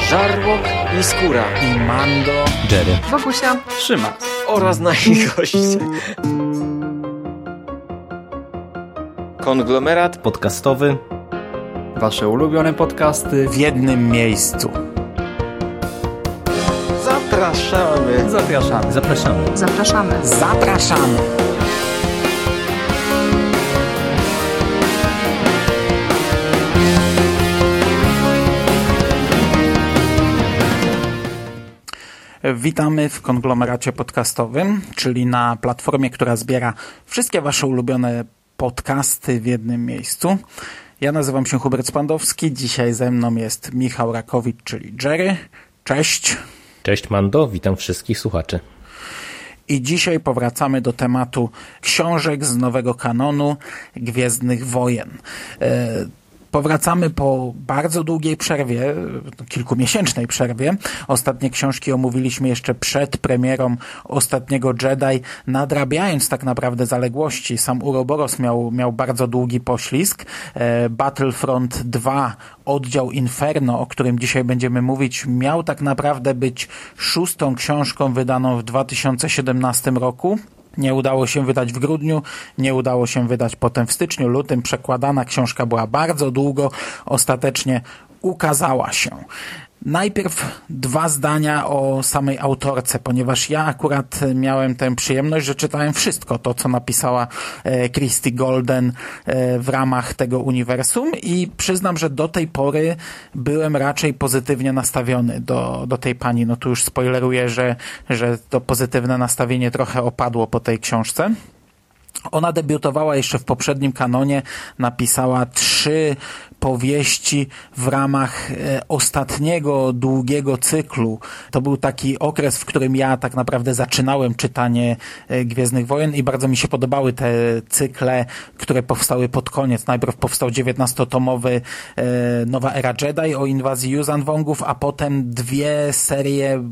Żarłok i Skóra i Mando, Jerry, Wokusia, Szymas oraz nasi goście. Konglomerat podcastowy. Wasze ulubione podcasty w jednym miejscu. Zapraszamy. Zapraszamy. Zapraszamy. zapraszamy. Zapraszamy. Witamy w konglomeracie podcastowym, czyli na platformie, która zbiera wszystkie wasze ulubione podcasty w jednym miejscu. Ja nazywam się Hubert Spandowski, dzisiaj ze mną jest Michał Rakowicz, czyli Jerry. Cześć. Cześć Mando, witam wszystkich słuchaczy. I dzisiaj powracamy do tematu książek z nowego kanonu Gwiezdnych Wojen. Powracamy po bardzo długiej przerwie, kilkumiesięcznej przerwie. Ostatnie książki omówiliśmy jeszcze przed premierą Ostatniego Jedi, nadrabiając tak naprawdę zaległości. Sam Uroboros miał bardzo długi poślizg. Battlefront 2, oddział Inferno, o którym dzisiaj będziemy mówić, miał tak naprawdę być 6. książką wydaną w 2017 roku. Nie udało się wydać w grudniu, nie udało się wydać potem w styczniu, lutym. Przekładana książka była bardzo długo, ostatecznie ukazała się. Najpierw 2 zdania o samej autorce, ponieważ ja akurat miałem tę przyjemność, że czytałem wszystko to, co napisała Christie Golden w ramach tego uniwersum i przyznam, że do tej pory byłem raczej pozytywnie nastawiony do tej pani. No tu już spoileruję, że to pozytywne nastawienie trochę opadło po tej książce. Ona debiutowała jeszcze w poprzednim kanonie, napisała 3 powieści w ramach ostatniego, długiego cyklu. To był taki okres, w którym ja tak naprawdę zaczynałem czytanie Gwiezdnych Wojen i bardzo mi się podobały te cykle, które powstały pod koniec. Najpierw powstał 19-tomowy Nowa Era Jedi o inwazji Yuuzhan Vongów, a potem 2 serie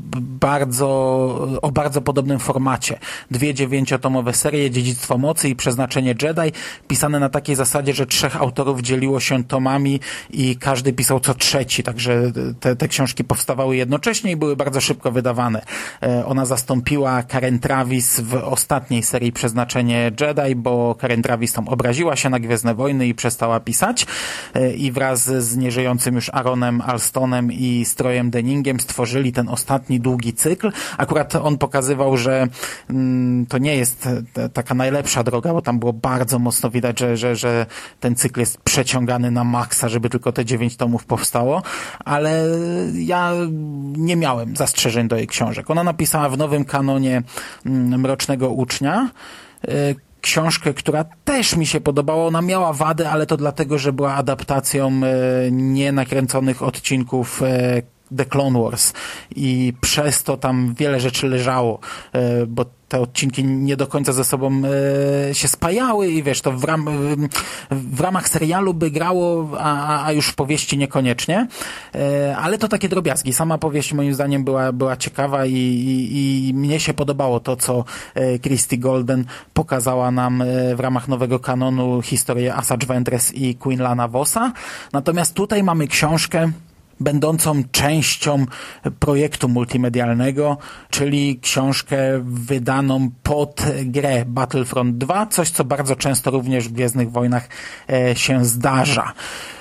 o bardzo podobnym formacie. 2 9-tomowe serie, Dziedzictwo Mocy i Przeznaczenie Jedi, pisane na takiej zasadzie, że 3 autorów dzieliło się tomami i każdy pisał co trzeci, także te książki powstawały jednocześnie i były bardzo szybko wydawane. Ona zastąpiła Karen Traviss w ostatniej serii Przeznaczenie Jedi, bo Karen Traviss tam obraziła się na Gwiezdne Wojny i przestała pisać i wraz z nieżyjącym już Aaronem Alstonem i Stroyem Denningiem stworzyli ten ostatni długi cykl. Akurat on pokazywał, że to nie jest taka najlepsza droga, bo tam było bardzo mocno widać, że ten cykl jest przeciągany na maksa, żeby tylko te 9 tomów powstało, ale ja nie miałem zastrzeżeń do jej książek. Ona napisała w nowym kanonie Mrocznego Ucznia książkę, która też mi się podobała. Ona miała wady, ale to dlatego, że była adaptacją nienakręconych odcinków The Clone Wars i przez to tam wiele rzeczy leżało, bo te odcinki nie do końca ze sobą się spajały i wiesz, to w ramach serialu by grało, a już w powieści niekoniecznie, ale to takie drobiazgi. Sama powieść moim zdaniem była ciekawa i mnie się podobało to, co Christie Golden pokazała nam w ramach nowego kanonu, historię Asajj Ventress i Queen Lana Vossa. Natomiast tutaj mamy książkę będącą częścią projektu multimedialnego, czyli książkę wydaną pod grę Battlefront 2, coś co bardzo często również w Gwiezdnych Wojnach się zdarza.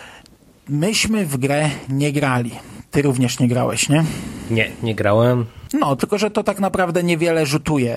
Myśmy w grę nie grali. Ty również nie grałeś, nie? Nie grałem. No, tylko że to tak naprawdę niewiele rzutuje,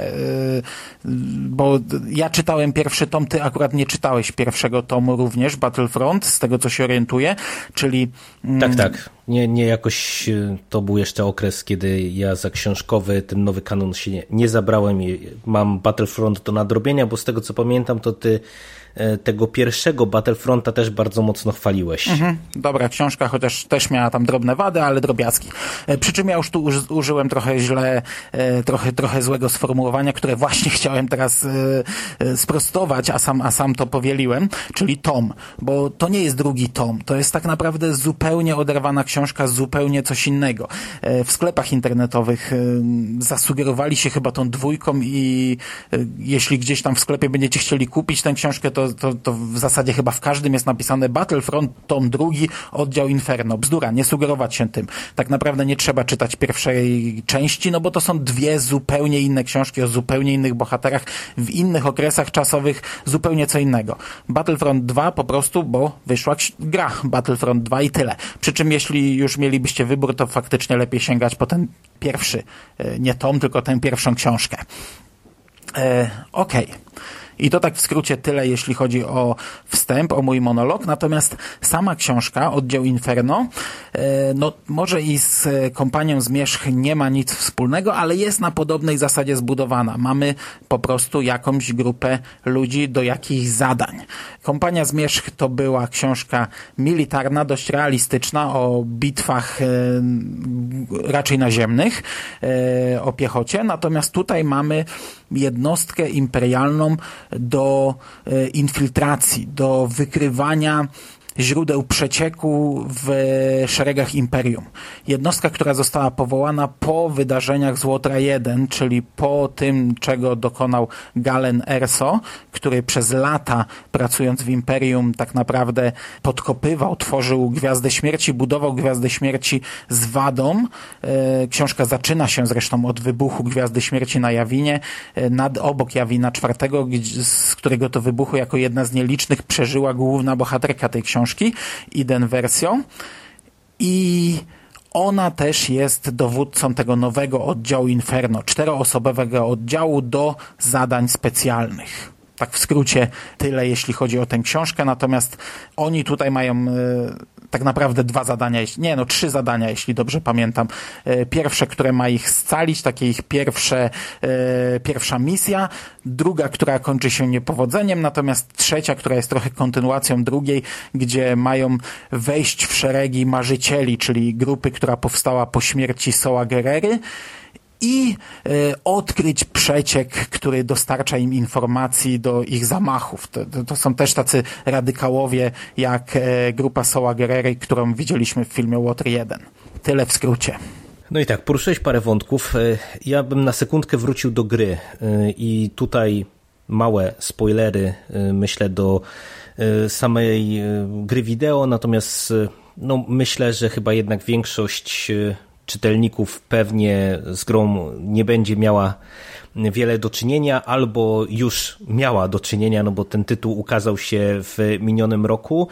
bo ja czytałem pierwszy tom, ty akurat nie czytałeś pierwszego tomu również, Battlefront, z tego co się orientuję, czyli... Tak. Nie jakoś to był jeszcze okres, kiedy ja za książkowy ten nowy kanon się nie zabrałem i mam Battlefront do nadrobienia, bo z tego co pamiętam, to ty tego pierwszego Battlefronta też bardzo mocno chwaliłeś. Dobra książka, chociaż też miała tam drobne wady, ale drobiazgi. Przy czym ja już tu użyłem trochę źle, trochę złego sformułowania, które właśnie chciałem teraz sprostować, a sam to powieliłem, czyli tom, bo to nie jest drugi tom. To jest tak naprawdę zupełnie oderwana książka zupełnie coś innego. W sklepach internetowych zasugerowali się chyba tą dwójką i jeśli gdzieś tam w sklepie będziecie chcieli kupić tę książkę, to w zasadzie chyba w każdym jest napisane Battlefront, tom 2, oddział Inferno. Bzdura, nie sugerować się tym. Tak naprawdę nie trzeba czytać pierwszej części, no bo to są dwie zupełnie inne książki o zupełnie innych bohaterach, w innych okresach czasowych, zupełnie co innego. Battlefront 2 po prostu, bo wyszła gra Battlefront 2 i tyle. Przy czym jeśli już mielibyście wybór, to faktycznie lepiej sięgać po ten pierwszy, nie tom, tylko tę pierwszą książkę. Okej. I to tak w skrócie tyle, jeśli chodzi o wstęp, o mój monolog. Natomiast sama książka, oddział Inferno, no może i z Kompanią Zmierzch nie ma nic wspólnego, ale jest na podobnej zasadzie zbudowana. Mamy po prostu jakąś grupę ludzi do jakichś zadań. Kompania Zmierzch to była książka militarna, dość realistyczna, o bitwach raczej naziemnych, o piechocie. Natomiast tutaj mamy jednostkę imperialną do infiltracji, do wykrywania źródeł przecieku w szeregach Imperium. Jednostka, która została powołana po wydarzeniach z Łotra 1, czyli po tym, czego dokonał Galen Erso, który przez lata pracując w Imperium tak naprawdę podkopywał, tworzył Gwiazdę Śmierci, budował Gwiazdę Śmierci z wadą. Książka zaczyna się zresztą od wybuchu Gwiazdy Śmierci na Jawinie, obok Jawina IV, z którego to wybuchu jako jedna z nielicznych przeżyła główna bohaterka tej książki, Iden Versio, i ona też jest dowódcą tego nowego oddziału Inferno, 4-osobowego oddziału do zadań specjalnych. Tak w skrócie tyle, jeśli chodzi o tę książkę, natomiast oni tutaj mają tak naprawdę 3 zadania, jeśli dobrze pamiętam. Pierwsze, które ma ich scalić, takie ich pierwsza misja, druga, która kończy się niepowodzeniem, natomiast trzecia, która jest trochę kontynuacją drugiej, gdzie mają wejść w szeregi marzycieli, czyli grupy, która powstała po śmierci Soła Gerery, i odkryć przeciek, który dostarcza im informacji do ich zamachów. To są też tacy radykałowie jak grupa Soła Gerery, którą widzieliśmy w filmie Łotr 1. Tyle w skrócie. No i tak, poruszyłeś parę wątków. Ja bym na sekundkę wrócił do gry i tutaj małe spoilery, myślę, do samej gry wideo, natomiast no, myślę, że chyba jednak większość czytelników pewnie z grą nie będzie miała wiele do czynienia, albo już miała do czynienia, no bo ten tytuł ukazał się w minionym roku,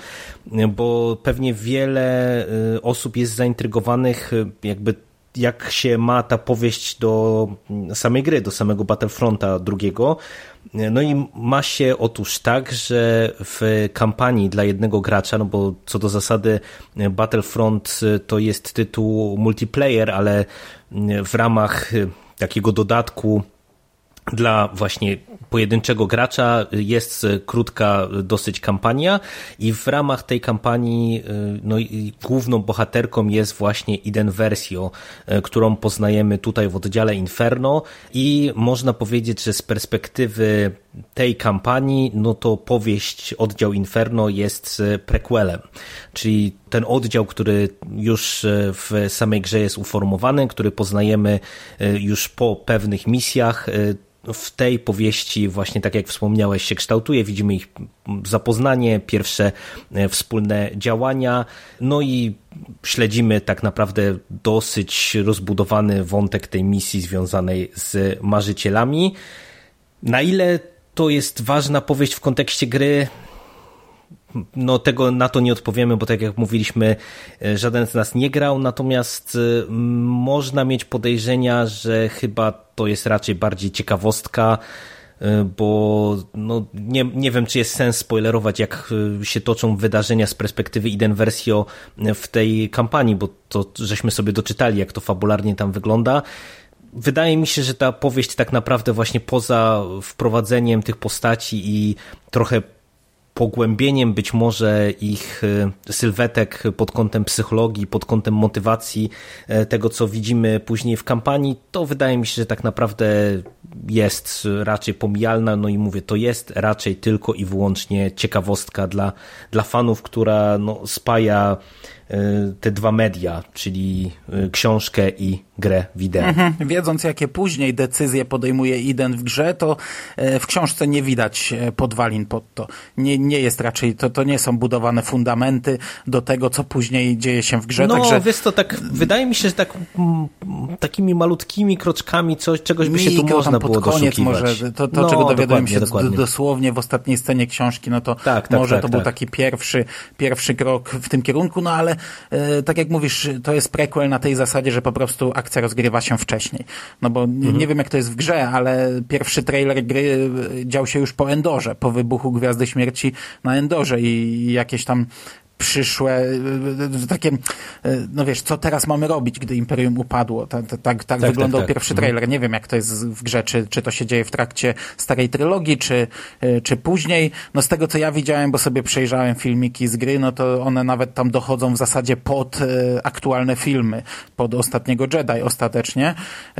bo pewnie wiele osób jest zaintrygowanych jakby jak się ma ta powieść do samej gry, do samego Battlefronta II. No i ma się otóż tak, że w kampanii dla jednego gracza, no bo co do zasady Battlefront to jest tytuł multiplayer, ale w ramach takiego dodatku dla właśnie pojedynczego gracza jest krótka dosyć kampania i w ramach tej kampanii no i główną bohaterką jest właśnie Iden Versio, którą poznajemy tutaj w oddziale Inferno i można powiedzieć, że z perspektywy tej kampanii, no to powieść Oddział Inferno jest prequelem, czyli ten oddział, który już w samej grze jest uformowany, który poznajemy już po pewnych misjach, w tej powieści właśnie, tak jak wspomniałeś, się kształtuje, widzimy ich zapoznanie, pierwsze wspólne działania, no i śledzimy tak naprawdę dosyć rozbudowany wątek tej misji związanej z marzycielami. Na ile to jest ważna powieść w kontekście gry? No na to nie odpowiemy, bo tak jak mówiliśmy, żaden z nas nie grał, natomiast można mieć podejrzenia, że chyba to jest raczej bardziej ciekawostka, bo no, nie wiem, czy jest sens spoilerować, jak się toczą wydarzenia z perspektywy Iden Versio w tej kampanii, bo to żeśmy sobie doczytali, jak to fabularnie tam wygląda. Wydaje mi się, że ta powieść tak naprawdę właśnie poza wprowadzeniem tych postaci i trochę pogłębieniem być może ich sylwetek pod kątem psychologii, pod kątem motywacji tego, co widzimy później w kampanii, to wydaje mi się, że tak naprawdę jest raczej pomijalna, no i mówię, to jest raczej tylko i wyłącznie ciekawostka dla fanów, która spaja te dwa media, czyli książkę i grę wideo. Wiedząc, jakie później decyzje podejmuje Eden w grze, to w książce nie widać podwalin pod to. Nie jest raczej, to nie są budowane fundamenty do tego, co później dzieje się w grze. No, także wiesz to tak, wydaje mi się, że takimi malutkimi kroczkami czegoś by się tu można było koniec doszukiwać. Może, czego dowiadujemy się dokładnie. dosłownie w ostatniej scenie książki, no to może to był taki pierwszy krok w tym kierunku, no ale tak jak mówisz, to jest prequel na tej zasadzie, że po prostu akcja rozgrywa się wcześniej. No bo nie wiem, jak to jest w grze, ale pierwszy trailer gry dział się już po Endorze, po wybuchu Gwiazdy Śmierci na Endorze i jakieś tam przyszłe takie, no wiesz, co teraz mamy robić, gdy Imperium upadło. Tak wyglądał pierwszy trailer. Nie wiem, jak to jest w grze, czy to się dzieje w trakcie starej trylogii, czy później. No z tego, co ja widziałem, bo sobie przejrzałem filmiki z gry, no to one nawet tam dochodzą w zasadzie pod aktualne filmy, pod Ostatniego Jedi ostatecznie.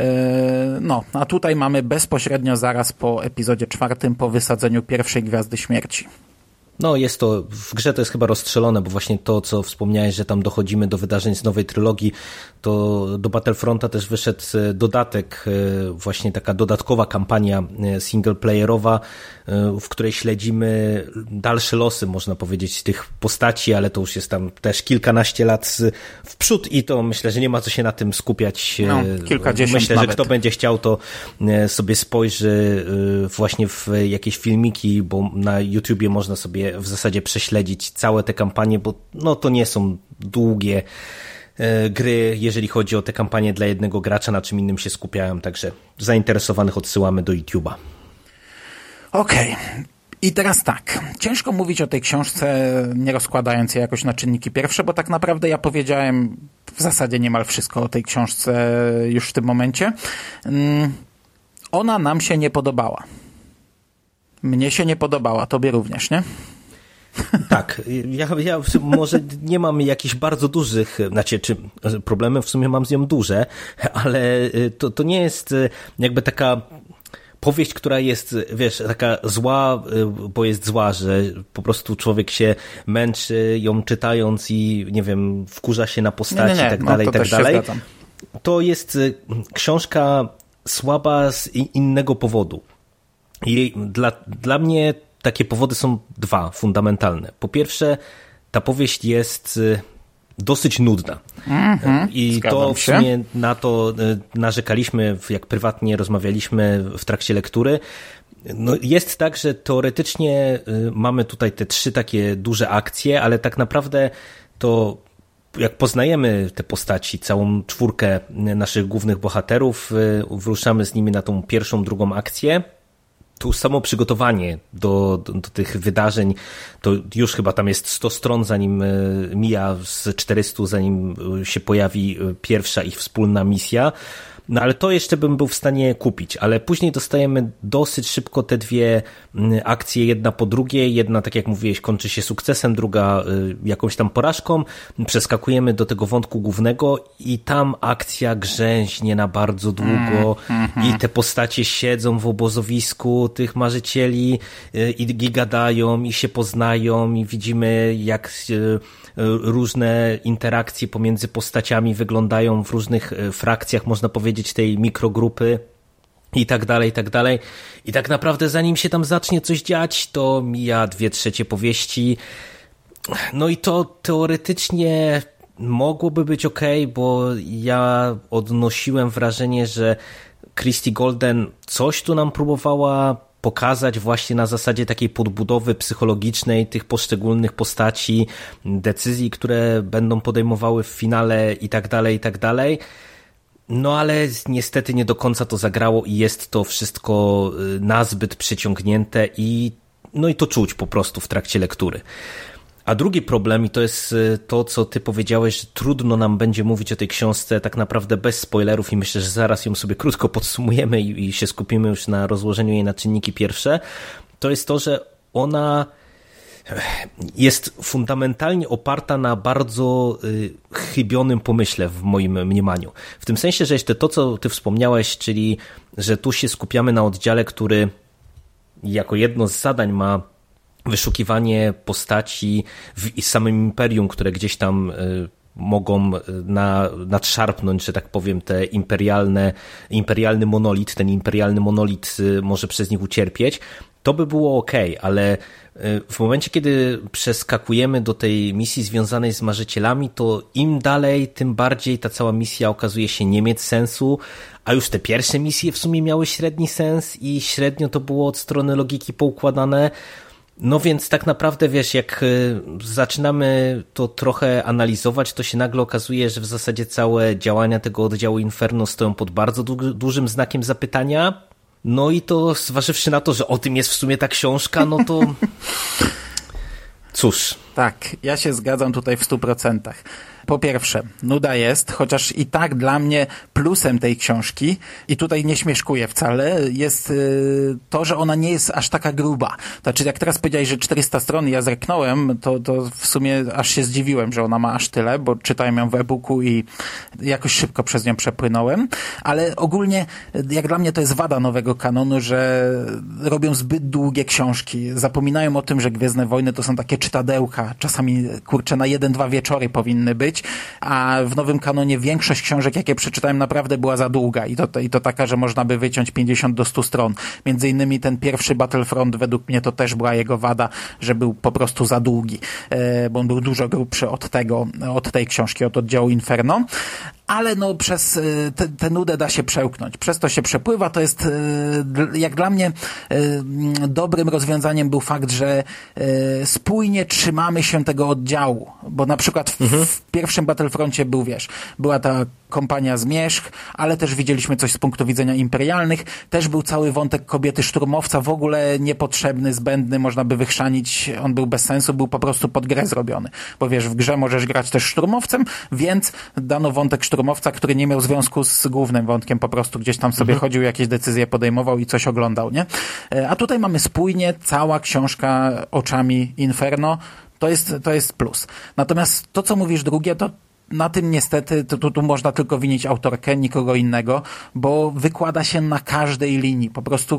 No, a tutaj mamy bezpośrednio zaraz po epizodzie 4, po wysadzeniu pierwszej Gwiazdy Śmierci. No jest to, w grze to jest chyba rozstrzelone, bo właśnie to, co wspomniałeś, że tam dochodzimy do wydarzeń z nowej trylogii, to do Battlefronta też wyszedł dodatek, właśnie taka dodatkowa kampania singleplayerowa, w której śledzimy dalsze losy, można powiedzieć, tych postaci, ale to już jest tam też kilkanaście lat w przód i to myślę, że nie ma co się na tym skupiać. No, kilkadziesiąt myślę, nawet. że kto będzie chciał, to sobie spojrzy właśnie w jakieś filmiki, bo na YouTubie można sobie w zasadzie prześledzić całe te kampanie, bo no to nie są długie gry, jeżeli chodzi o te kampanie dla jednego gracza, na czym innym się skupiają, także zainteresowanych odsyłamy do YouTube'a. Okej. I teraz tak, ciężko mówić o tej książce, nie rozkładając jej jakoś na czynniki pierwsze, bo tak naprawdę ja powiedziałem w zasadzie niemal wszystko o tej książce już w tym momencie. Ona nam się nie podobała. Mnie się nie podobała, tobie również, nie? Tak, ja może nie mam jakichś bardzo dużych, czy problemy w sumie mam z nią duże, ale to nie jest jakby taka powieść, która jest, wiesz, taka zła, bo jest zła, że po prostu człowiek się męczy ją czytając i, nie wiem, wkurza się na postaci i tak dalej, i tak dalej. To jest książka słaba z innego powodu. I dla mnie takie powody są dwa fundamentalne. Po pierwsze, ta powieść jest dosyć nudna. I to w sumie na to narzekaliśmy, jak prywatnie rozmawialiśmy w trakcie lektury. No jest tak, że teoretycznie mamy tutaj te 3 takie duże akcje, ale tak naprawdę to jak poznajemy te postaci, całą 4 naszych głównych bohaterów, wyruszamy z nimi na tą pierwszą, drugą akcję, tu samo przygotowanie do tych wydarzeń, to już chyba tam jest 100 stron, zanim mija z 400, zanim się pojawi pierwsza ich wspólna misja. No ale to jeszcze bym był w stanie kupić, ale później dostajemy dosyć szybko te 2 akcje, jedna po drugiej. Jedna, tak jak mówiłeś, kończy się sukcesem, druga jakąś tam porażką. Przeskakujemy do tego wątku głównego i tam akcja grzęźnie na bardzo długo i te postacie siedzą w obozowisku tych marzycieli i gadają i się poznają i widzimy, jak różne interakcje pomiędzy postaciami wyglądają w różnych frakcjach, można powiedzieć, tej mikrogrupy i tak dalej, i tak dalej. I tak naprawdę zanim się tam zacznie coś dziać, to mija 2/3 powieści. No i to teoretycznie mogłoby być okej, bo ja odnosiłem wrażenie, że Christie Golden coś tu nam próbowała pokazać właśnie na zasadzie takiej podbudowy psychologicznej tych poszczególnych postaci, decyzji, które będą podejmowały w finale i tak dalej, i tak dalej. No ale niestety nie do końca to zagrało i jest to wszystko nazbyt przyciągnięte i to czuć po prostu w trakcie lektury. A drugi problem, i to jest to, co ty powiedziałeś, że trudno nam będzie mówić o tej książce tak naprawdę bez spoilerów i myślę, że zaraz ją sobie krótko podsumujemy i się skupimy już na rozłożeniu jej na czynniki pierwsze, to jest to, że ona jest fundamentalnie oparta na bardzo chybionym pomyśle w moim mniemaniu. W tym sensie, że jeszcze to, co ty wspomniałeś, czyli że tu się skupiamy na oddziale, który jako jedno z zadań ma wyszukiwanie postaci w samym Imperium, które gdzieś tam mogą nadszarpnąć, że tak powiem, te imperialny monolit. Ten imperialny monolit może przez nich ucierpieć. To by było okej, ale w momencie, kiedy przeskakujemy do tej misji związanej z marzycielami, to im dalej, tym bardziej ta cała misja okazuje się nie mieć sensu, a już te pierwsze misje w sumie miały średni sens i średnio to było od strony logiki poukładane. No więc tak naprawdę, wiesz, jak zaczynamy to trochę analizować, to się nagle okazuje, że w zasadzie całe działania tego oddziału Inferno stoją pod bardzo dużym znakiem zapytania. No i to zważywszy na to, że o tym jest w sumie ta książka, no to cóż. Tak, ja się zgadzam tutaj w 100%. Po pierwsze, nuda jest, chociaż i tak dla mnie plusem tej książki, i tutaj nie śmieszkuję wcale, jest to, że ona nie jest aż taka gruba. Znaczy, jak teraz powiedziałeś, że 400 stron, ja zerknąłem, to w sumie aż się zdziwiłem, że ona ma aż tyle, bo czytałem ją w e-booku i jakoś szybko przez nią przepłynąłem, ale ogólnie, jak dla mnie to jest wada nowego kanonu, że robią zbyt długie książki, zapominają o tym, że Gwiezdne Wojny to są takie czytadełka, czasami, kurczę, na 1-2 wieczory powinny być, a w nowym kanonie większość książek, jakie przeczytałem, naprawdę była za długa i to taka, że można by wyciąć 50 do 100 stron. Między innymi ten pierwszy Battlefront, według mnie to też była jego wada, że był po prostu za długi, bo on był dużo grubszy od tej książki, od oddziału Inferno. Ale no przez tę nudę da się przełknąć. Przez to się przepływa. To jest, jak dla mnie, dobrym rozwiązaniem był fakt, że spójnie trzymamy się tego oddziału. Bo na przykład w pierwszym Battlefroncie była ta kompania Zmierzch, ale też widzieliśmy coś z punktu widzenia imperialnych. Też był cały wątek kobiety szturmowca, w ogóle niepotrzebny, zbędny, można by wychrzanić. On był bez sensu, był po prostu pod grę zrobiony. Bo wiesz, w grze możesz grać też szturmowcem, więc dano wątek szturmowca, który nie miał związku z głównym wątkiem, po prostu gdzieś tam sobie chodził, jakieś decyzje podejmował i coś oglądał, nie? A tutaj mamy spójnie, cała książka oczami Inferno, to jest plus. Natomiast to, co mówisz drugie, to na tym niestety, tu można tylko winić autorkę, nikogo innego, bo wykłada się na każdej linii, po prostu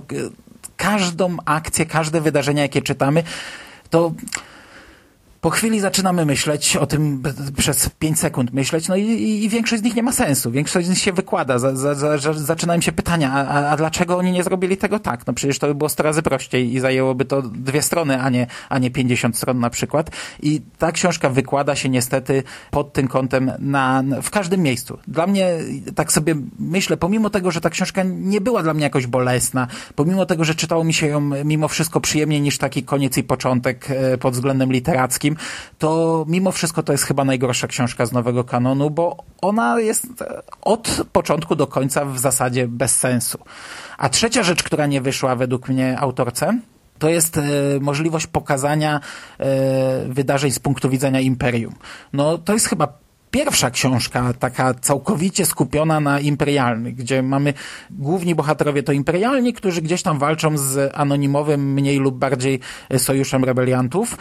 każdą akcję, każde wydarzenia, jakie czytamy, to po chwili zaczynamy myśleć o tym, przez 5 sekund myśleć, no i większość z nich nie ma sensu. Większość z nich się wykłada. Zaczynają się pytania, a dlaczego oni nie zrobili tego tak? No przecież to by było 100 razy prościej i zajęłoby to 2 strony, a nie 50 stron na przykład. I ta książka wykłada się niestety pod tym kątem w każdym miejscu. Dla mnie, tak sobie myślę, pomimo tego, że ta książka nie była dla mnie jakoś bolesna, pomimo tego, że czytało mi się ją mimo wszystko przyjemniej niż taki koniec i początek pod względem literackim, to mimo wszystko to jest chyba najgorsza książka z nowego kanonu, bo ona jest od początku do końca w zasadzie bez sensu. A trzecia rzecz, która nie wyszła według mnie autorce, to jest możliwość pokazania wydarzeń z punktu widzenia Imperium. No to jest chyba pierwsza książka taka całkowicie skupiona na imperialnych, gdzie mamy główni bohaterowie to imperialni, którzy gdzieś tam walczą z anonimowym, mniej lub bardziej sojuszem rebeliantów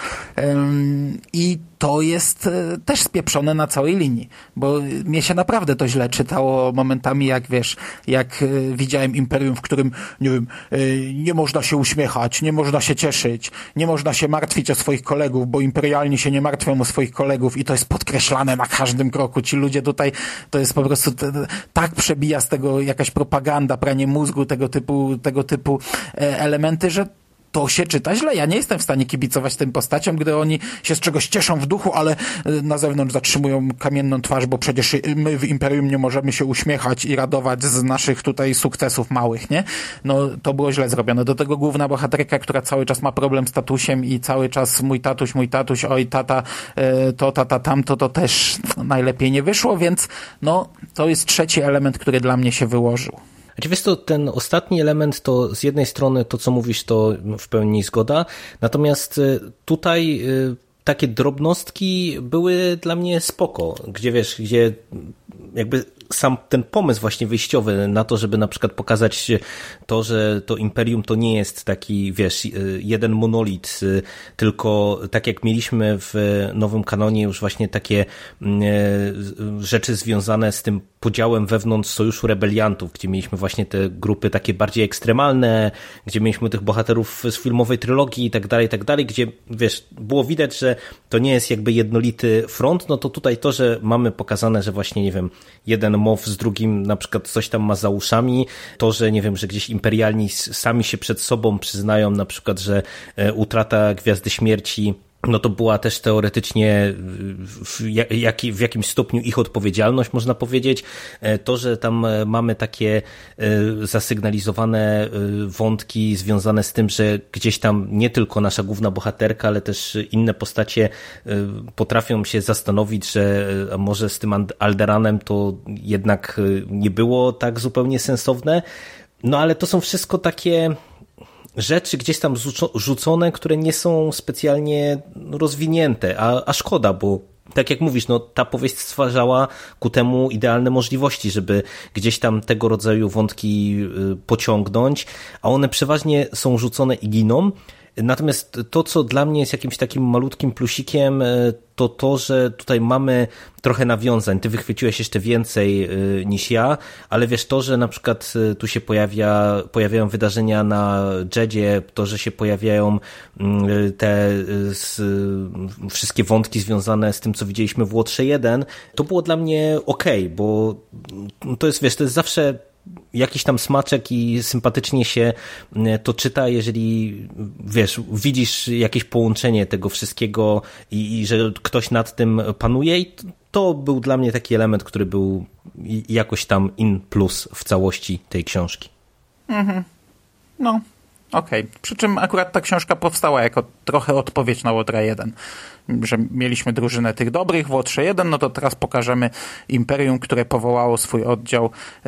i to jest też spieprzone na całej linii, bo mnie się naprawdę to źle czytało momentami, jak widziałem Imperium, w którym, nie wiem, nie można się uśmiechać, nie można się cieszyć, nie można się martwić o swoich kolegów, bo imperialni się nie martwią o swoich kolegów i to jest podkreślane na każdym kroku. Ci ludzie tutaj, to jest po prostu tak przebija z tego jakaś propaganda, pranie mózgu, tego typu elementy, że to się czyta źle. Ja nie jestem w stanie kibicować tym postaciom, gdy oni się z czegoś cieszą w duchu, ale na zewnątrz zatrzymują kamienną twarz, bo przecież my w Imperium nie możemy się uśmiechać i radować z naszych tutaj sukcesów małych, nie? No to było źle zrobione. Do tego główna bohaterka, która cały czas ma problem z tatusiem i cały czas mój tatuś, oj tata, tata, tamto, to też najlepiej nie wyszło, więc no to jest trzeci element, który dla mnie się wyłożył. Wiesz co, ten ostatni element to z jednej strony to, co mówisz, to w pełni zgoda, natomiast tutaj takie drobnostki były dla mnie spoko, gdzie jakby sam ten pomysł właśnie wyjściowy na to, żeby na przykład pokazać to, że to Imperium to nie jest taki, wiesz, jeden monolit, tylko tak jak mieliśmy w nowym kanonie już właśnie takie rzeczy związane z tym podziałem wewnątrz Sojuszu Rebeliantów, gdzie mieliśmy właśnie te grupy takie bardziej ekstremalne, gdzie mieliśmy tych bohaterów z filmowej trylogii i tak dalej, gdzie, wiesz, było widać, że to nie jest jakby jednolity front, no to tutaj to, że mamy pokazane, że właśnie, nie wiem, jeden MOW z drugim na przykład coś tam ma za uszami, to, że, nie wiem, że gdzieś imperialni sami się przed sobą przyznają na przykład, że utrata Gwiazdy Śmierci no to była też teoretycznie w jakimś stopniu ich odpowiedzialność, można powiedzieć. To, że tam mamy takie zasygnalizowane wątki związane z tym, że gdzieś tam nie tylko nasza główna bohaterka, ale też inne postacie potrafią się zastanowić, że może z tym Alderanem to jednak nie było tak zupełnie sensowne. No ale to są wszystko takie rzeczy gdzieś tam rzucone, które nie są specjalnie rozwinięte, a szkoda, bo tak jak mówisz, no ta powieść stwarzała ku temu idealne możliwości, żeby gdzieś tam tego rodzaju wątki pociągnąć, a one przeważnie są rzucone i giną. Natomiast to, co dla mnie jest jakimś takim malutkim plusikiem, to, że tutaj mamy trochę nawiązań. Ty wychwyciłeś jeszcze więcej niż ja, ale wiesz, to, że na przykład tu się pojawiają wydarzenia na Jedzie, to, że się pojawiają te wszystkie wątki związane z tym, co widzieliśmy w Łotrze 1, to było dla mnie okej, bo to jest, wiesz, to jest zawsze jakiś tam smaczek i sympatycznie się to czyta, jeżeli, wiesz, widzisz jakieś połączenie tego wszystkiego i że ktoś nad tym panuje, i to był dla mnie taki element, który był jakoś tam in plus w całości tej książki. Mhm. No, okej. Przy czym akurat ta książka powstała jako trochę odpowiedź na Łotrę 1. Że mieliśmy drużynę tych dobrych w Łotrze 1, no to teraz pokażemy Imperium, które powołało swój oddział,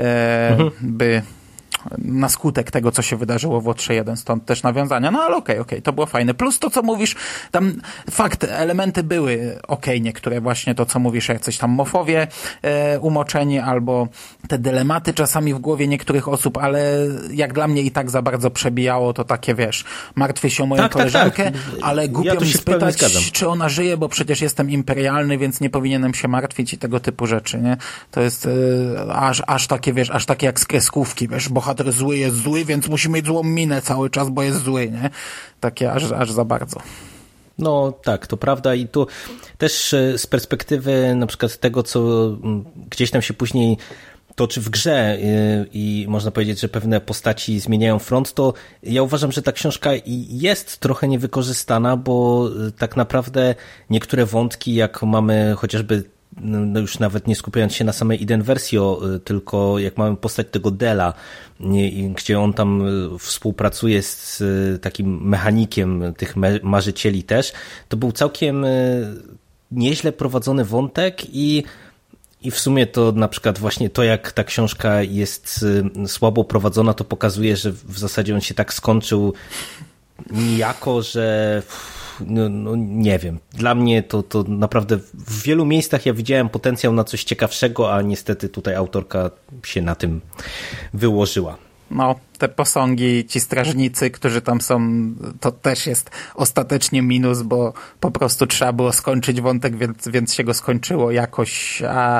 by na skutek tego, co się wydarzyło w Łotrze 1, stąd też nawiązania, no ale okej, to było fajne. Plus to, co mówisz, tam fakt, elementy były niektóre właśnie to, co mówisz, jacyś tam mofowie umoczeni, albo te dylematy czasami w głowie niektórych osób, ale jak dla mnie i tak za bardzo przebijało to takie, wiesz, martwię się o moją koleżankę, ale głupio mi spytać, czy ona żyje, bo przecież jestem imperialny, więc nie powinienem się martwić i tego typu rzeczy, nie? To jest aż takie, wiesz, aż takie jak z kreskówki, wiesz, bohater zły jest zły, więc musi mieć złą minę cały czas, bo jest zły, nie? Takie aż za bardzo. No tak, to prawda i tu też z perspektywy na przykład tego, co gdzieś tam się później toczy w grze i można powiedzieć, że pewne postaci zmieniają front, to ja uważam, że ta książka jest trochę niewykorzystana, bo tak naprawdę niektóre wątki, jak mamy chociażby, no już nawet nie skupiając się na samej Iden Versio, tylko jak mamy postać tego Dela, gdzie on tam współpracuje z takim mechanikiem tych marzycieli też, to był całkiem nieźle prowadzony wątek i w sumie to na przykład właśnie to, jak ta książka jest słabo prowadzona, to pokazuje, że w zasadzie on się tak skończył nijako, że no nie wiem. Dla mnie to naprawdę w wielu miejscach ja widziałem potencjał na coś ciekawszego, a niestety tutaj autorka się na tym wyłożyła. No, te posągi, ci strażnicy, którzy tam są, to też jest ostatecznie minus, bo po prostu trzeba było skończyć wątek, więc się go skończyło jakoś, a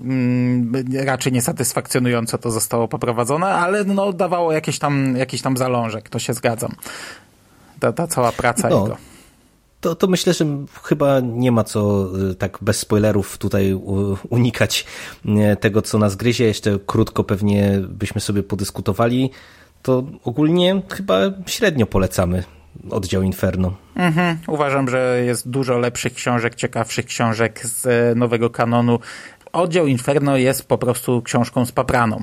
raczej niesatysfakcjonująco to zostało poprowadzone, ale no dawało jakiś tam zalążek, to się zgadzam. Ta cała praca jego. To myślę, że chyba nie ma co tak bez spoilerów tutaj unikać tego, co nas gryzie. Jeszcze krótko pewnie byśmy sobie podyskutowali. To ogólnie chyba średnio polecamy oddział Inferno. Uważam, że jest dużo lepszych książek, ciekawszych książek z nowego kanonu. Oddział Inferno jest po prostu książką z papraną.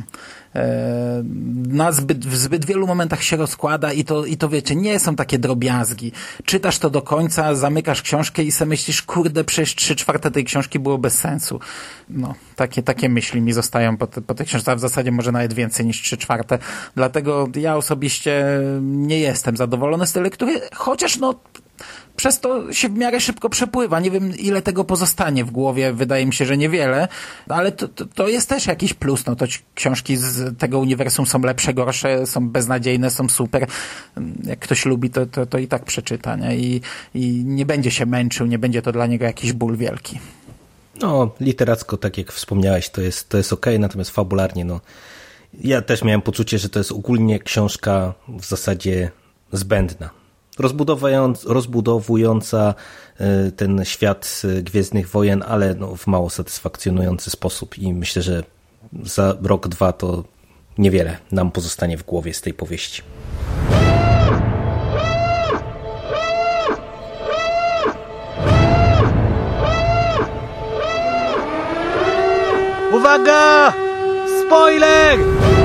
W zbyt wielu momentach się rozkłada i to wiecie, nie są takie drobiazgi. Czytasz to do końca, zamykasz książkę i sobie myślisz, kurde, przecież 3/4 tej książki było bez sensu. No, takie myśli mi zostają po tej książce, a w zasadzie może nawet więcej niż 3/4. Dlatego ja osobiście nie jestem zadowolony z tej lektury, chociaż no Przez to się w miarę szybko przepływa. Nie wiem, ile tego pozostanie w głowie. Wydaje mi się, że niewiele, ale to jest też jakiś plus. No to książki z tego uniwersum są lepsze, gorsze, są beznadziejne, są super. Jak ktoś lubi, to i tak przeczyta, nie? I nie będzie się męczył, nie będzie to dla niego jakiś ból wielki. No, literacko, tak jak wspomniałeś, to jest okej, natomiast fabularnie, no, ja też miałem poczucie, że to jest ogólnie książka w zasadzie zbędna. Rozbudowująca ten świat Gwiezdnych Wojen, ale no, w mało satysfakcjonujący sposób i myślę, że za rok, dwa to niewiele nam pozostanie w głowie z tej powieści. Uwaga! Spoiler!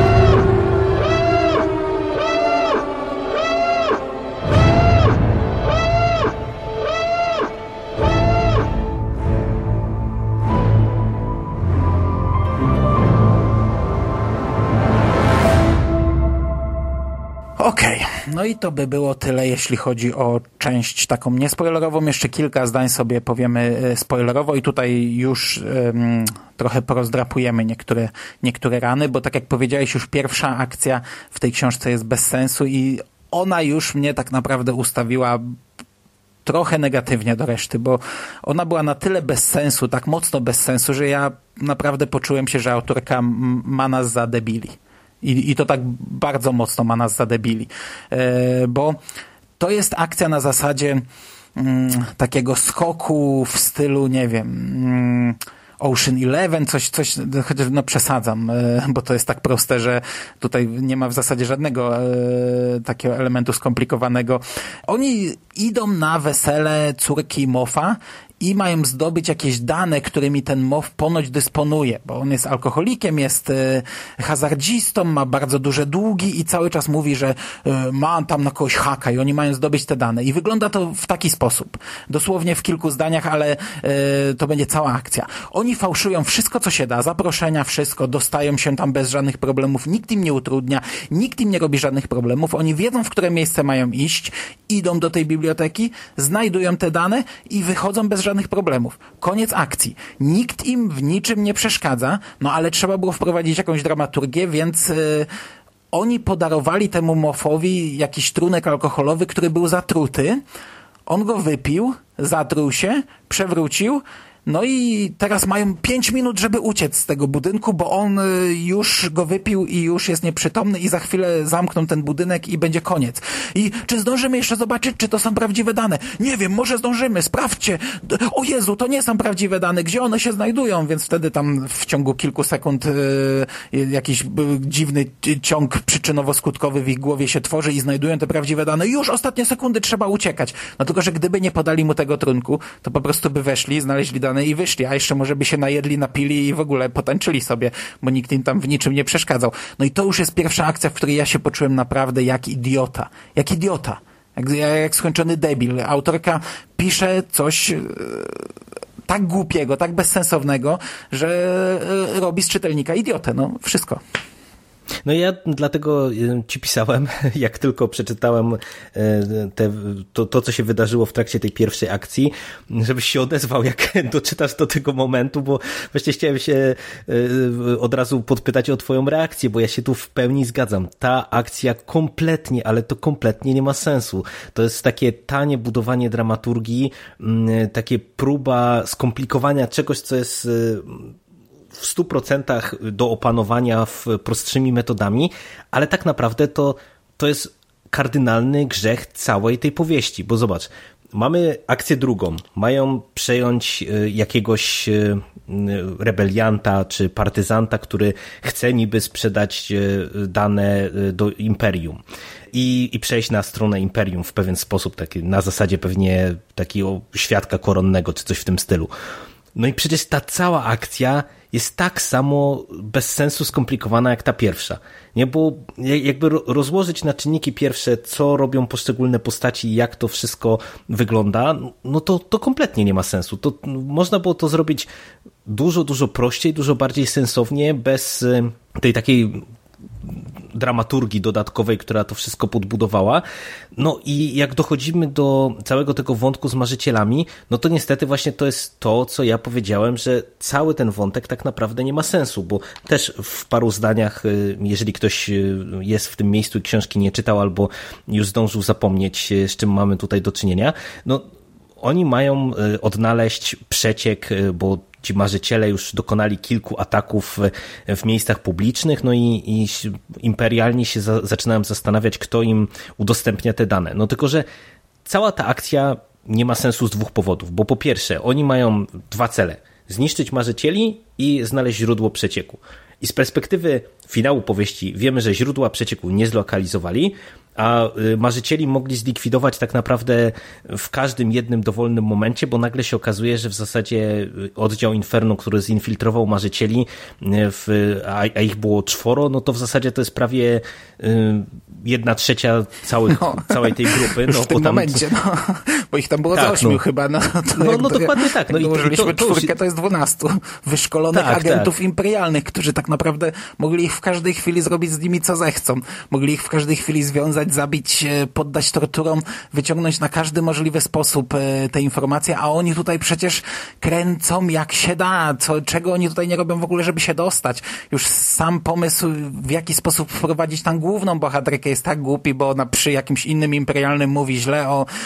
Okej, no i to by było tyle, jeśli chodzi o część taką niespoilerową. Jeszcze kilka zdań sobie powiemy spoilerowo i tutaj już trochę porozdrapujemy niektóre rany, bo tak jak powiedziałeś, już pierwsza akcja w tej książce jest bez sensu i ona już mnie tak naprawdę ustawiła trochę negatywnie do reszty, bo ona była na tyle bez sensu, tak mocno bez sensu, że ja naprawdę poczułem się, że autorka ma nas za debili. I to tak bardzo mocno ma nas za debili. Bo to jest akcja na zasadzie takiego skoku w stylu, nie wiem, Ocean Eleven, coś, chociaż no przesadzam, bo to jest tak proste, że tutaj nie ma w zasadzie żadnego takiego elementu skomplikowanego. Oni idą na wesele córki Moffa i mają zdobyć jakieś dane, którymi ten Moff ponoć dysponuje, bo on jest alkoholikiem, jest hazardzistą, ma bardzo duże długi i cały czas mówi, że ma tam na kogoś haka i oni mają zdobyć te dane. I wygląda to w taki sposób. Dosłownie w kilku zdaniach, ale to będzie cała akcja. Oni fałszują wszystko, co się da, zaproszenia, wszystko, dostają się tam bez żadnych problemów, nikt im nie utrudnia, nikt im nie robi żadnych problemów, oni wiedzą, w które miejsce mają iść, idą do tej biblioteki, znajdują te dane i wychodzą bez żadnych problemów. Koniec akcji. Nikt im w niczym nie przeszkadza, no ale trzeba było wprowadzić jakąś dramaturgię, więc oni podarowali temu Moffowi jakiś trunek alkoholowy, który był zatruty. On go wypił, zatruł się, przewrócił, no i teraz mają 5 minut, żeby uciec z tego budynku, bo on już go wypił i już jest nieprzytomny i za chwilę zamkną ten budynek i będzie koniec. I czy zdążymy jeszcze zobaczyć, czy to są prawdziwe dane? Nie wiem, może zdążymy, sprawdźcie. O Jezu, to nie są prawdziwe dane, gdzie one się znajdują? Więc wtedy tam w ciągu kilku sekund jakiś dziwny ciąg przyczynowo-skutkowy w ich głowie się tworzy i znajdują te prawdziwe dane. Już ostatnie sekundy, trzeba uciekać. No tylko, że gdyby nie podali mu tego trunku, to po prostu by weszli, znaleźli dane i wyszli, a jeszcze może by się najedli, napili i w ogóle potańczyli sobie, bo nikt im tam w niczym nie przeszkadzał. No i to już jest pierwsza akcja, w której ja się poczułem naprawdę jak idiota. Jak idiota. Jak skończony debil. Autorka pisze coś tak głupiego, tak bezsensownego, że robi z czytelnika idiotę. No, wszystko. No ja dlatego ci pisałem, jak tylko przeczytałem to, co się wydarzyło w trakcie tej pierwszej akcji, żebyś się odezwał, jak doczytasz do tego momentu, bo właśnie chciałem się od razu podpytać o twoją reakcję, bo ja się tu w pełni zgadzam. Ta akcja kompletnie, ale to kompletnie nie ma sensu. To jest takie tanie budowanie dramaturgii, takie próba skomplikowania czegoś, co jest w 100% do opanowania prostszymi metodami, ale tak naprawdę to jest kardynalny grzech całej tej powieści, bo zobacz, mamy akcję drugą, mają przejąć jakiegoś rebelianta czy partyzanta, który chce niby sprzedać dane do Imperium i przejść na stronę Imperium w pewien sposób, taki, na zasadzie pewnie takiego świadka koronnego czy coś w tym stylu. No i przecież ta cała akcja jest tak samo bez sensu skomplikowana jak ta pierwsza. Nie, bo jakby rozłożyć na czynniki pierwsze, co robią poszczególne postaci i jak to wszystko wygląda, no to kompletnie nie ma sensu. To można było to zrobić dużo prościej, dużo bardziej sensownie, bez tej takiej dramaturgii dodatkowej, która to wszystko podbudowała. No i jak dochodzimy do całego tego wątku z marzycielami, no to niestety właśnie to jest to, co ja powiedziałem, że cały ten wątek tak naprawdę nie ma sensu, bo też w paru zdaniach, jeżeli ktoś jest w tym miejscu i książki nie czytał albo już zdążył zapomnieć, z czym mamy tutaj do czynienia, no oni mają odnaleźć przeciek, bo ci marzyciele już dokonali kilku ataków w miejscach publicznych, no i imperialni się zaczynają zastanawiać, kto im udostępnia te dane. No tylko, że cała ta akcja nie ma sensu z dwóch powodów, bo po pierwsze, oni mają dwa cele. Zniszczyć marzycieli i znaleźć źródło przecieku. I z perspektywy finału powieści wiemy, że źródła przecieku nie zlokalizowali, a marzycieli mogli zlikwidować tak naprawdę w każdym jednym dowolnym momencie, bo nagle się okazuje, że w zasadzie oddział Inferno, który zinfiltrował marzycieli, a ich było 4, no to w zasadzie to jest prawie 1/3 całej tej grupy. Już w tym momencie, bo ich tam było tak, za 8 chyba. No dokładnie tak. No i dołożyliśmy 4, to jest 12 wyszkolonych agentów imperialnych, którzy tak naprawdę mogli ich w każdej chwili zrobić z nimi co zechcą. Mogli ich w każdej chwili związać, zabić, poddać torturom, wyciągnąć na każdy możliwy sposób te informacje, a oni tutaj przecież kręcą jak się da, czego oni tutaj nie robią w ogóle, żeby się dostać. Już sam pomysł, w jaki sposób wprowadzić tam główną bohaterkę jest tak głupi, bo ona przy jakimś innym imperialnym mówi źle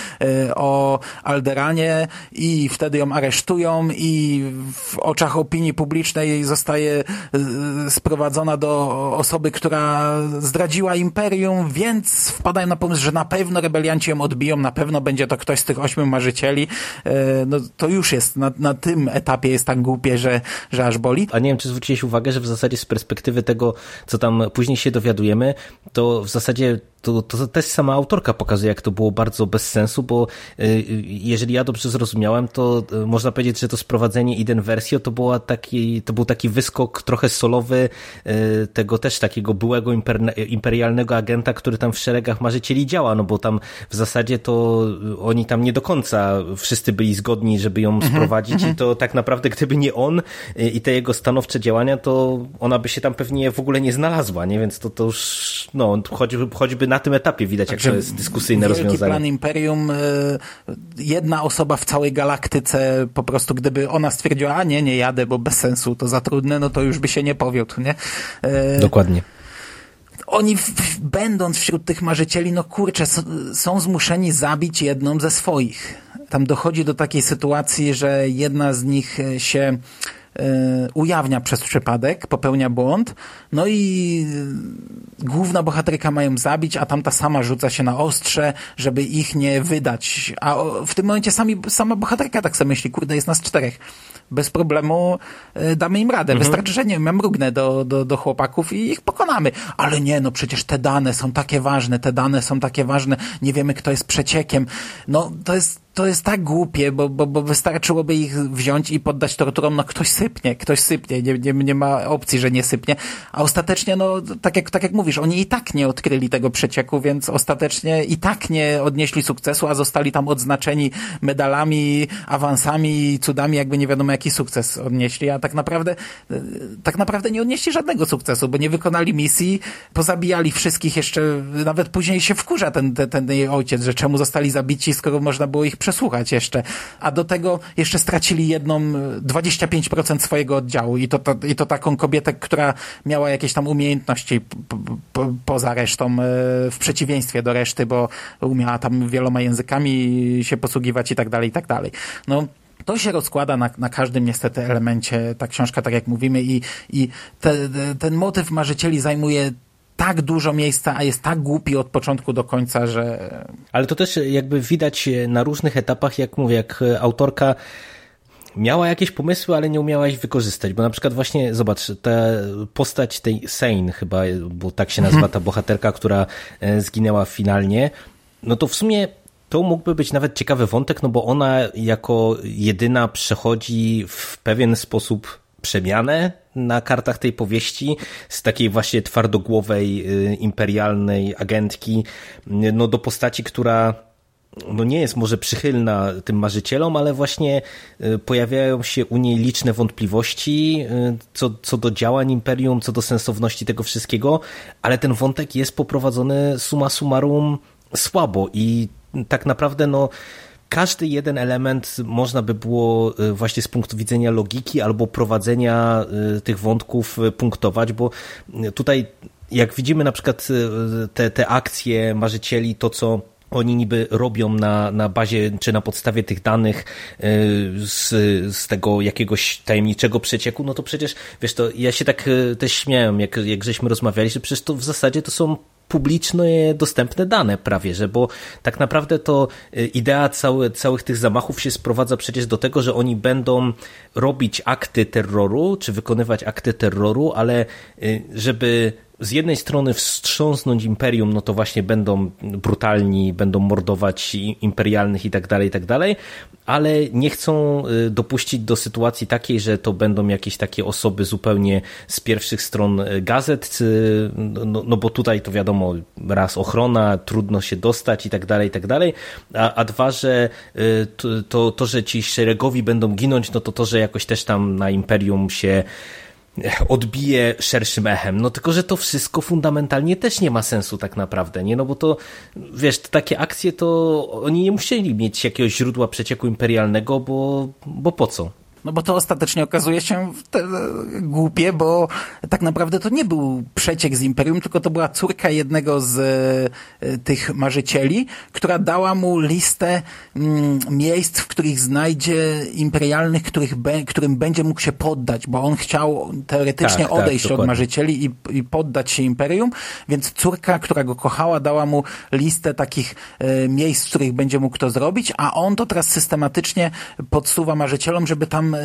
o Alderanie i wtedy ją aresztują i w oczach opinii publicznej zostaje sprowadzona do osoby, która zdradziła imperium, więc wpadają na pomysł, że na pewno rebelianci ją odbiją, na pewno będzie to ktoś z tych 8 marzycieli. No to już jest, na tym etapie jest tak głupie, że aż boli. A nie wiem, czy zwróciłeś uwagę, że w zasadzie z perspektywy tego, co tam później się dowiadujemy, to w zasadzie to też sama autorka pokazuje, jak to było bardzo bez sensu, bo jeżeli ja dobrze zrozumiałem, to można powiedzieć, że to sprowadzenie Iden Versio to był taki wyskok trochę solowy tego też takiego byłego imperialnego agenta, który tam w szeregach marzycieli działa, no bo tam w zasadzie to oni tam nie do końca wszyscy byli zgodni, żeby ją sprowadzić i to tak naprawdę gdyby nie on i te jego stanowcze działania, to ona by się tam pewnie w ogóle nie znalazła, nie? Więc to już no choćby na tym etapie widać, jak to jest dyskusyjne rozwiązanie. Wielki plan Imperium, jedna osoba w całej galaktyce, po prostu gdyby ona stwierdziła, a nie jadę, bo bez sensu, to za trudne, no to już by się nie powiódł, nie? Dokładnie. Oni będąc wśród tych marzycieli, no kurczę, są zmuszeni zabić jedną ze swoich. Tam dochodzi do takiej sytuacji, że jedna z nich się ujawnia przez przypadek, popełnia błąd, no i główna bohaterka ma ją zabić, a tamta sama rzuca się na ostrze, żeby ich nie wydać. A w tym momencie sama bohaterka tak sobie myśli, kurde, jest nas 4. Bez problemu damy im radę. Wystarczy, że nie wiem, ja mrugnę do chłopaków i ich pokonamy. Ale nie, no przecież te dane są takie ważne, nie wiemy, kto jest przeciekiem. No to jest tak głupie, bo wystarczyłoby ich wziąć i poddać torturom, no ktoś sypnie, nie ma opcji, że nie sypnie, a ostatecznie, no tak jak mówisz, oni i tak nie odkryli tego przecieku, więc ostatecznie i tak nie odnieśli sukcesu, a zostali tam odznaczeni medalami, awansami, cudami, jakby nie wiadomo jaki sukces odnieśli, a tak naprawdę nie odnieśli żadnego sukcesu, bo nie wykonali misji, pozabijali wszystkich jeszcze, nawet później się wkurza ten jej ojciec, że czemu zostali zabici, skoro można było ich przesłuchać jeszcze, a do tego jeszcze stracili 25% swojego oddziału i to taką kobietę, która miała jakieś tam umiejętności poza resztą, w przeciwieństwie do reszty, bo umiała tam wieloma językami się posługiwać i tak dalej. No, to się rozkłada na każdym niestety elemencie, ta książka, tak jak mówimy i ten motyw marzycieli zajmuje tak dużo miejsca, a jest tak głupi od początku do końca, że... Ale to też jakby widać na różnych etapach, jak mówię, jak autorka miała jakieś pomysły, ale nie umiała ich wykorzystać, bo na przykład właśnie, zobacz, ta postać tej Sane chyba, bo tak się nazywa ta bohaterka, która zginęła finalnie, no to w sumie to mógłby być nawet ciekawy wątek, no bo ona jako jedyna przechodzi w pewien sposób przemianę na kartach tej powieści z takiej właśnie twardogłowej, imperialnej agentki, no do postaci, która no nie jest może przychylna tym marzycielom, ale właśnie pojawiają się u niej liczne wątpliwości co do działań Imperium, co do sensowności tego wszystkiego, ale ten wątek jest poprowadzony summa summarum słabo i tak naprawdę no każdy jeden element można by było właśnie z punktu widzenia logiki albo prowadzenia tych wątków punktować, bo tutaj jak widzimy na przykład te akcje marzycieli, to co oni niby robią na bazie czy na podstawie tych danych z tego jakiegoś tajemniczego przecieku, no to przecież, wiesz, to ja się tak też śmiałem, jak żeśmy rozmawiali, że przecież to w zasadzie to są publicznie dostępne dane prawie, że bo tak naprawdę to idea całych tych zamachów się sprowadza przecież do tego, że oni będą robić akty terroru, czy wykonywać akty terroru, ale żeby z jednej strony wstrząsnąć imperium, no to właśnie będą brutalni, będą mordować imperialnych i tak dalej, ale nie chcą dopuścić do sytuacji takiej, że to będą jakieś takie osoby zupełnie z pierwszych stron gazet, no bo tutaj to wiadomo, raz ochrona, trudno się dostać i tak dalej, a dwa, że to, że ci szeregowi będą ginąć, no to, że jakoś też tam na imperium się odbije szerszym echem. No tylko, że to wszystko fundamentalnie też nie ma sensu tak naprawdę, nie? No bo to, wiesz, takie akcje to oni nie musieli mieć jakiegoś źródła przecieku imperialnego, bo po co? No bo to ostatecznie okazuje się głupie, bo tak naprawdę to nie był przeciek z Imperium, tylko to była córka jednego z tych marzycieli, która dała mu listę miejsc, w których znajdzie imperialnych, którym będzie mógł się poddać, bo on chciał teoretycznie odejść od marzycieli i poddać się Imperium, więc córka, która go kochała, dała mu listę takich miejsc, w których będzie mógł to zrobić, a on to teraz systematycznie podsuwa marzycielom, żeby tam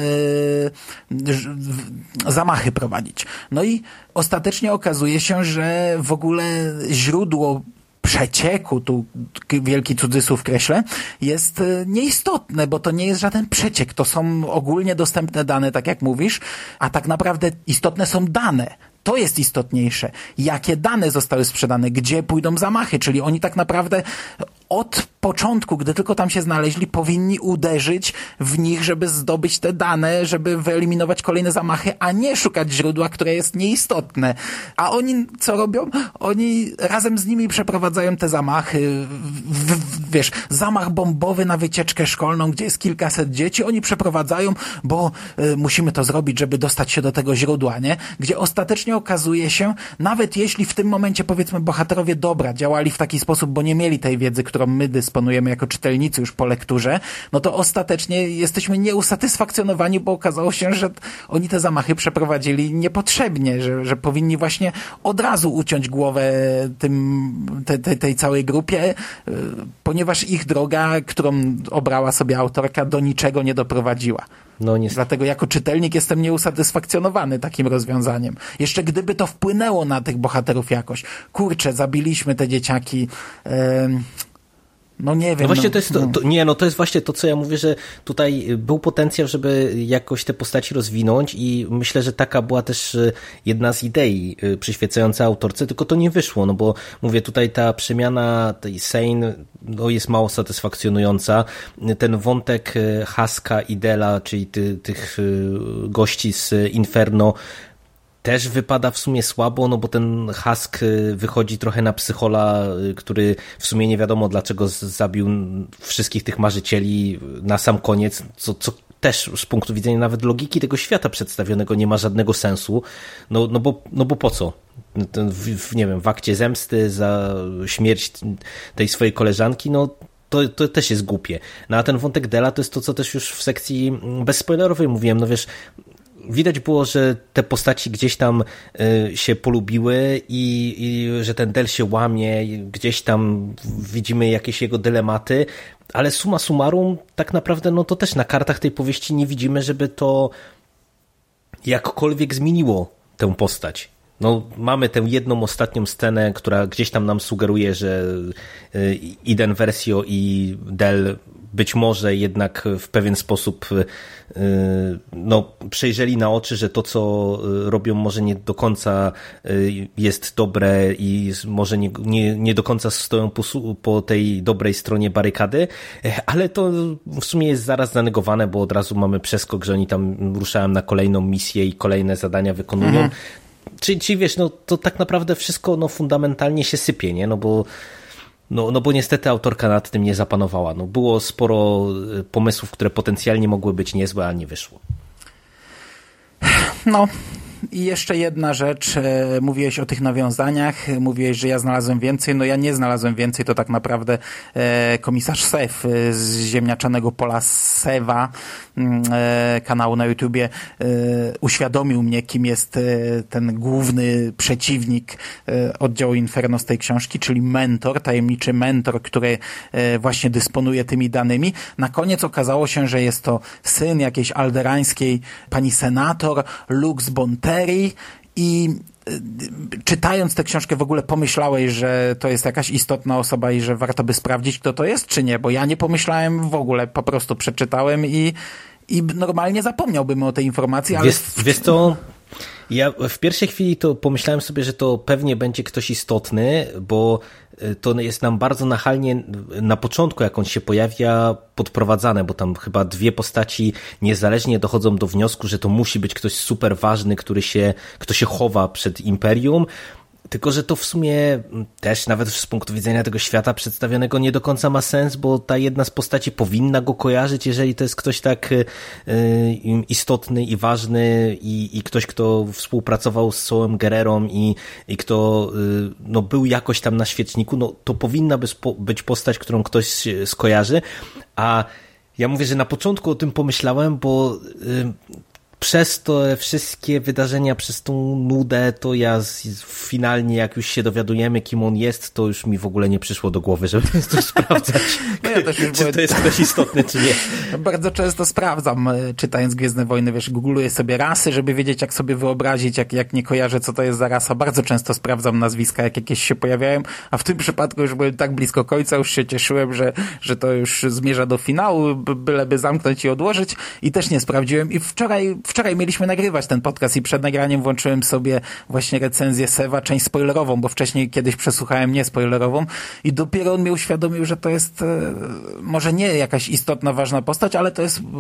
zamachy prowadzić. No i ostatecznie okazuje się, że w ogóle źródło przecieku, tu wielki cudzysłów kreślę, jest nieistotne, bo to nie jest żaden przeciek, to są ogólnie dostępne dane, tak jak mówisz, a tak naprawdę istotne są dane. To jest istotniejsze. Jakie dane zostały sprzedane, gdzie pójdą zamachy, czyli oni tak naprawdę od początku, gdy tylko tam się znaleźli, powinni uderzyć w nich, żeby zdobyć te dane, żeby wyeliminować kolejne zamachy, a nie szukać źródła, które jest nieistotne. A oni co robią? Oni razem z nimi przeprowadzają te zamachy. Wiesz, zamach bombowy na wycieczkę szkolną, gdzie jest kilkaset dzieci, oni przeprowadzają, bo musimy to zrobić, żeby dostać się do tego źródła, nie? Gdzie ostatecznie okazuje się, nawet jeśli w tym momencie, powiedzmy, bohaterowie dobra działali w taki sposób, bo nie mieli tej wiedzy, którą my dysponujemy jako czytelnicy już po lekturze, no to ostatecznie jesteśmy nieusatysfakcjonowani, bo okazało się, że oni te zamachy przeprowadzili niepotrzebnie, że powinni właśnie od razu uciąć głowę tej całej grupie, ponieważ ich droga, którą obrała sobie autorka, do niczego nie doprowadziła. No, dlatego jako czytelnik jestem nieusatysfakcjonowany takim rozwiązaniem. Jeszcze gdyby to wpłynęło na tych bohaterów jakoś. Kurczę, zabiliśmy te dzieciaki. No nie wiem. No właśnie to jest właśnie to, co ja mówię, że tutaj był potencjał, żeby jakoś te postaci rozwinąć i myślę, że taka była też jedna z idei przyświecająca autorce, tylko to nie wyszło, no bo mówię, tutaj ta przemiana tej Sane jest mało satysfakcjonująca. Ten wątek Haska i Dela, czyli tych gości z Inferno, też wypada w sumie słabo, no bo ten Husk wychodzi trochę na psychola, który w sumie nie wiadomo dlaczego zabił wszystkich tych marzycieli na sam koniec, co też z punktu widzenia nawet logiki tego świata przedstawionego nie ma żadnego sensu, no bo po co? Nie wiem, w akcie zemsty za śmierć tej swojej koleżanki, no to też jest głupie. No a ten wątek Dela to jest to, co też już w sekcji bezspoilerowej mówiłem, no wiesz, widać było, że te postaci gdzieś tam się polubiły i że ten Del się łamie, gdzieś tam widzimy jakieś jego dylematy, ale summa summarum tak naprawdę no to też na kartach tej powieści nie widzimy, żeby to jakkolwiek zmieniło tę postać. no mamy tę jedną ostatnią scenę, która gdzieś tam nam sugeruje, że Iden Versio i Del być może jednak w pewien sposób no, przejrzeli na oczy, że to, co robią, może nie do końca jest dobre i może nie do końca stoją po tej dobrej stronie barykady, ale to w sumie jest zaraz zanegowane, bo od razu mamy przeskok, że oni tam ruszają na kolejną misję i kolejne zadania wykonują. Czyli wiesz, no to tak naprawdę wszystko no, fundamentalnie się sypie, nie? No bo niestety autorka nad tym nie zapanowała. No, było sporo pomysłów, które potencjalnie mogły być niezłe, a nie wyszło. No i jeszcze jedna rzecz. Mówiłeś o tych nawiązaniach, mówiłeś, że ja znalazłem więcej. No ja nie znalazłem więcej, to tak naprawdę komisarz Sew z ziemniaczanego pola Sewa, kanału na YouTubie, uświadomił mnie, kim jest ten główny przeciwnik oddziału Inferno z tej książki, czyli mentor, tajemniczy mentor, który właśnie dysponuje tymi danymi. Na koniec okazało się, że jest to syn jakiejś alderańskiej pani senator, Lux Bonteri, i czytając tę książkę w ogóle pomyślałeś, że to jest jakaś istotna osoba i że warto by sprawdzić, kto to jest, czy nie? Bo ja nie pomyślałem w ogóle, po prostu przeczytałem i normalnie zapomniałbym o tej informacji, ale... Wiesz co, ja w pierwszej chwili to pomyślałem sobie, że to pewnie będzie ktoś istotny, bo to jest nam bardzo nachalnie na początku, jak on się pojawia, podprowadzane, bo tam chyba dwie postaci niezależnie dochodzą do wniosku, że to musi być ktoś super ważny, kto się chowa przed Imperium. Tylko że to w sumie też nawet z punktu widzenia tego świata przedstawionego nie do końca ma sens, bo ta jedna z postaci powinna go kojarzyć, jeżeli to jest ktoś tak istotny i ważny i ktoś, kto współpracował z Saulem Guerrerą i kto no, był jakoś tam na świeczniku, no to powinna być postać, którą ktoś skojarzy, a ja mówię, że na początku o tym pomyślałem, bo przez to wszystkie wydarzenia, przez tą nudę, to ja finalnie, jak już się dowiadujemy, kim on jest, to już mi w ogóle nie przyszło do głowy, żeby to sprawdzać, no ja też czy to jest ktoś istotny, czy nie. Bardzo często sprawdzam, czytając Gwiezdne Wojny, wiesz, googluję sobie rasy, żeby wiedzieć, jak sobie wyobrazić, jak nie kojarzę, co to jest za rasa. Bardzo często sprawdzam nazwiska, jak jakieś się pojawiają, a w tym przypadku już byłem tak blisko końca, już się cieszyłem, że to już zmierza do finału, byleby zamknąć i odłożyć, i też nie sprawdziłem. I wczoraj mieliśmy nagrywać ten podcast i przed nagraniem włączyłem sobie właśnie recenzję Sewa, część spoilerową, bo wcześniej kiedyś przesłuchałem niespoilerową i dopiero on mnie uświadomił, że to jest może nie jakaś istotna, ważna postać, ale to jest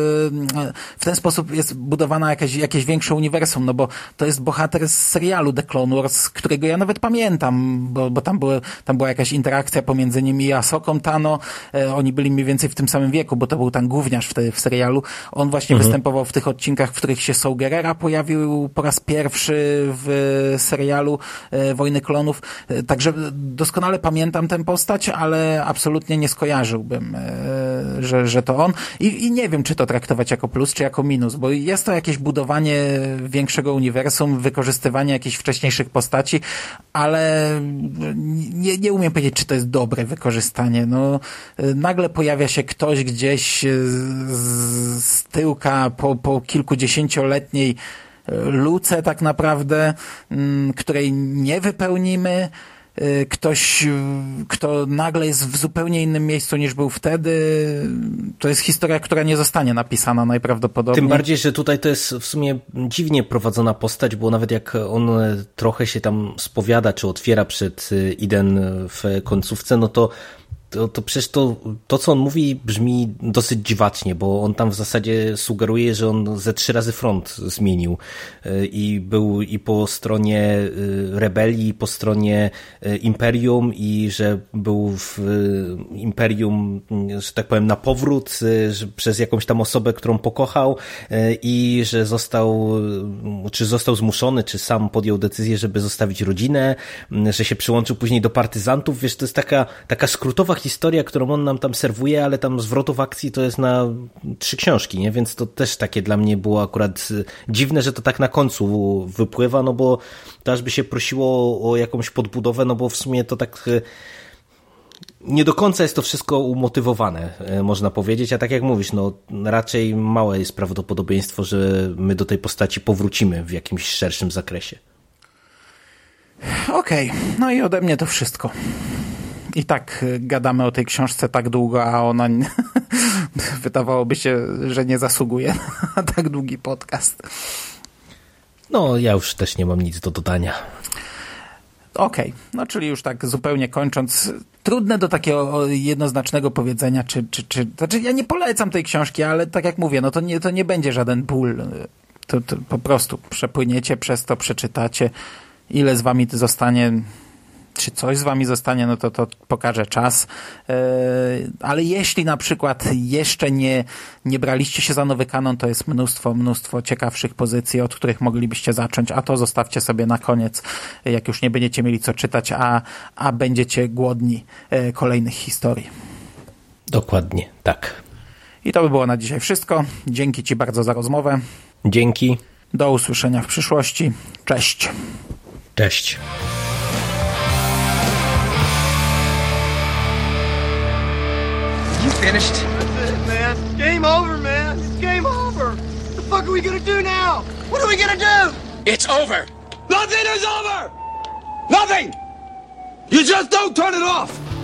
w ten sposób jest budowana jakieś większe uniwersum, no bo to jest bohater z serialu The Clone Wars, którego ja nawet pamiętam, bo tam była jakaś interakcja pomiędzy nimi i Asoką Tano. Oni byli mniej więcej w tym samym wieku, bo to był ten gówniarz wtedy w serialu. On właśnie występował w tych odcinkach, w których się Saul Guerrera pojawił po raz pierwszy w serialu Wojny Klonów. Także doskonale pamiętam tę postać, ale absolutnie nie skojarzyłbym, że to on. I nie wiem, czy to traktować jako plus, czy jako minus, bo jest to jakieś budowanie większego uniwersum, wykorzystywanie jakichś wcześniejszych postaci, ale nie umiem powiedzieć, czy to jest dobre wykorzystanie. No, nagle pojawia się ktoś gdzieś z tyłka po kilkudziesięcioletniej luce tak naprawdę, której nie wypełnimy. Ktoś, kto nagle jest w zupełnie innym miejscu niż był wtedy, to jest historia, która nie zostanie napisana najprawdopodobniej. Tym bardziej, że tutaj to jest w sumie dziwnie prowadzona postać, bo nawet jak on trochę się tam spowiada, czy otwiera przed Iden w końcówce, no to przecież to, co on mówi, brzmi dosyć dziwacznie, bo on tam w zasadzie sugeruje, że on ze 3 razy front zmienił i był i po stronie rebelii, i po stronie Imperium, i że był w Imperium, że tak powiem, na powrót przez jakąś tam osobę, którą pokochał, i że został zmuszony, czy sam podjął decyzję, żeby zostawić rodzinę, że się przyłączył później do partyzantów. Wiesz, to jest taka skrótowa historia, którą on nam tam serwuje, ale tam zwrotów akcji to jest na 3 książki, nie? Więc to też takie dla mnie było akurat dziwne, że to tak na końcu wypływa, no bo to aż by się prosiło o jakąś podbudowę, no bo w sumie to tak nie do końca jest to wszystko umotywowane, można powiedzieć, a tak jak mówisz, no raczej małe jest prawdopodobieństwo, że my do tej postaci powrócimy w jakimś szerszym zakresie. Okej, no i ode mnie to wszystko. I tak gadamy o tej książce tak długo, a ona wydawałoby się, że nie zasługuje na tak długi podcast. No, ja już też nie mam nic do dodania. Okej, no czyli już tak zupełnie kończąc, trudne do takiego jednoznacznego powiedzenia, znaczy ja nie polecam tej książki, ale tak jak mówię, no to nie będzie żaden ból. To po prostu przepłyniecie przez to, przeczytacie, ile z wami to zostanie, czy coś z wami zostanie, no to pokaże czas. Ale jeśli na przykład jeszcze nie braliście się za nowy kanon, to jest mnóstwo ciekawszych pozycji, od których moglibyście zacząć, a to zostawcie sobie na koniec, jak już nie będziecie mieli co czytać, a będziecie głodni kolejnych historii. Dokładnie, tak. I to by było na dzisiaj wszystko. Dzięki ci bardzo za rozmowę. Dzięki. Do usłyszenia w przyszłości. Cześć. Cześć. You finished? That's it, man. Game over, man. It's game over. What the fuck are we gonna do now? What are we gonna do? It's over. Nothing is over! Nothing! You just don't turn it off!